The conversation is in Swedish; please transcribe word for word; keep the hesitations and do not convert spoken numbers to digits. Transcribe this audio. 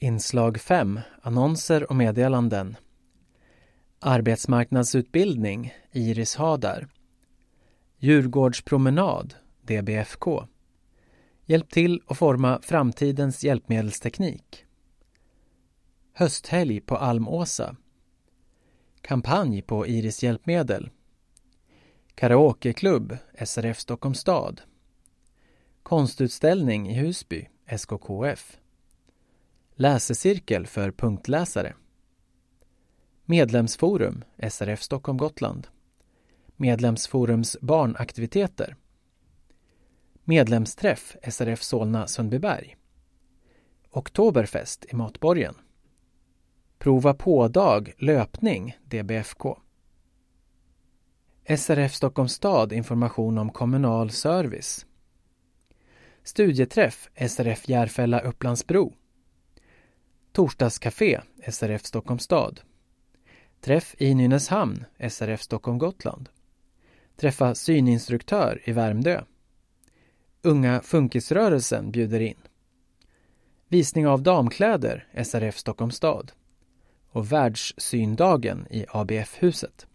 Inslag fem. Annonser och meddelanden. Arbetsmarknadsutbildning, Iris Hadar. Djurgårdspromenad, D B F K. Hjälp till att forma framtidens hjälpmedelsteknik. Hösthelg på Almåsa. Kampanj på Iris hjälpmedel. Karaokeklubb, S R F Stockholms stad. Konstutställning i Husby, S K K F. Läsecirkel för punktläsare. Medlemsforum, S R F Stockholm Gotland. Medlemsforums barnaktiviteter. Medlemsträff, S R F Solna Sundbyberg. Oktoberfest i Matborgen. Prova på-dag, löpning, D B F K. S R F Stockholms stad information om kommunal service. Studieträff, S R F Järfälla Upplandsbro. Torsdagscafé, S R F Stockholms stad. Träff i Nynäshamn, S R F Stockholm Gotland. Träffa syninstruktör i Värmdö. Unga funkisrörelsen bjuder in. Visning av damkläder, S R F Stockholms stad. Och världssyndagen i A B F-huset.